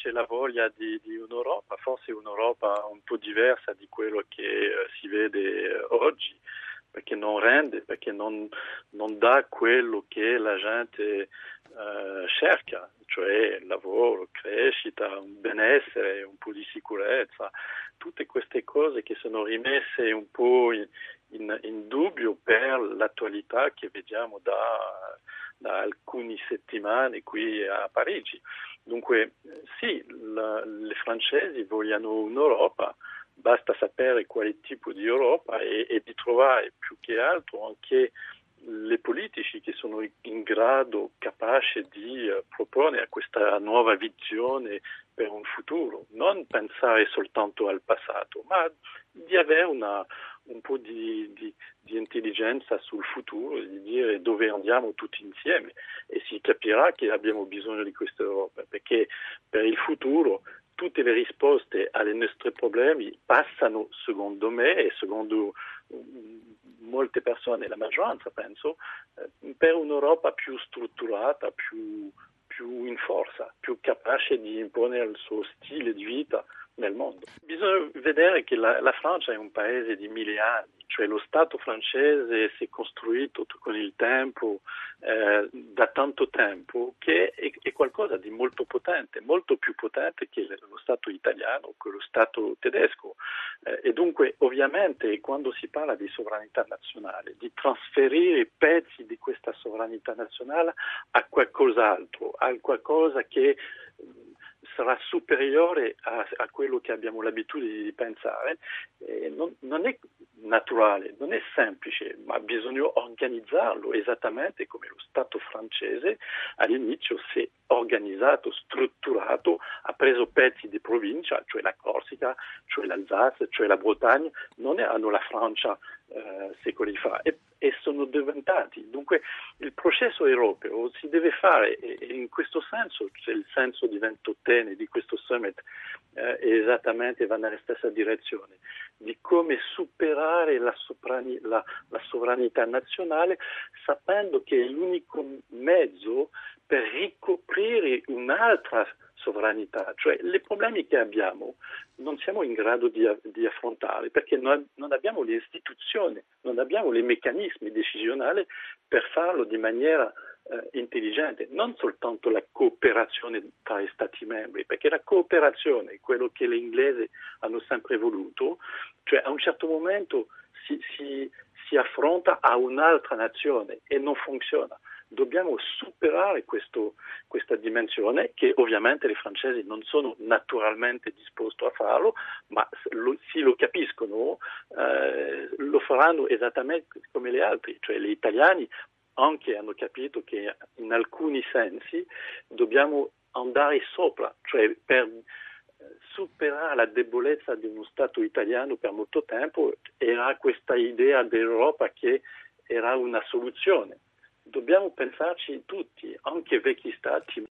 c'è la voglia di un'Europa, forse un'Europa un po' diversa di quello che si vede oggi, perché non rende, perché non dà quello che la gente cerca, cioè lavoro, crescita, un benessere, un po' di sicurezza, tutte queste cose che sono rimesse un po' in dubbio per l'attualità che vediamo da alcune settimane qui a Parigi. Dunque sì, le francesi vogliono un'Europa, basta sapere quale tipo di Europa e di trovare più che altro anche le politici che sono in grado, capaci di proporre questa nuova visione per un futuro, non pensare soltanto al passato, ma di avere un po' di intelligenza sul futuro, di dire dove andiamo tutti insieme e si capirà che abbiamo bisogno di questa Europa, perché per il futuro tutte le risposte ai nostri problemi passano, secondo me e secondo molte persone, la maggioranza penso, per un'Europa più strutturata, più in forza, più capace di imporre il suo stile di vita nel mondo. Bisogna vedere che la Francia è un paese di 1000 anni, cioè lo Stato francese si è costruito con il tempo, da tanto tempo, che è qualcosa di molto potente, molto più potente che lo Stato italiano, che lo Stato tedesco. E dunque ovviamente quando si parla di sovranità nazionale, di trasferire pezzi di questa sovranità nazionale a qualcos'altro, a qualcosa che sarà superiore a quello che abbiamo l'abitudine di pensare, non è naturale, non è semplice, ma bisogna organizzarlo esattamente come lo Stato francese all'inizio si è organizzato, strutturato, ha preso pezzi di provincia, cioè la Corsica, cioè l'Alsace, cioè la Bretagna, non erano la Francia secoli fa e sono diventati. Dunque il processo europeo si deve fare e in questo senso, cioè il senso di ventottenne di questo summit esattamente va nella stessa direzione, di come superare la sovranità nazionale sapendo che è l'unico mezzo per ricoprire un'altra sovranità, cioè i problemi che abbiamo non siamo in grado di affrontare perché non abbiamo le istituzioni, non abbiamo i meccanismi decisionali per farlo di maniera intelligente, non soltanto la cooperazione tra gli Stati membri, perché la cooperazione è quello che gli inglesi hanno sempre voluto, cioè a un certo momento si affronta a un'altra nazione e non funziona. Dobbiamo superare questa dimensione che ovviamente i francesi non sono naturalmente disposti a farlo, ma se lo capiscono lo faranno esattamente come gli altri, cioè gli italiani anche hanno capito che in alcuni sensi dobbiamo andare sopra, cioè per superare la debolezza di uno Stato italiano per molto tempo era questa idea dell'Europa che era una soluzione. Dobbiamo pensarci tutti, anche vecchi stati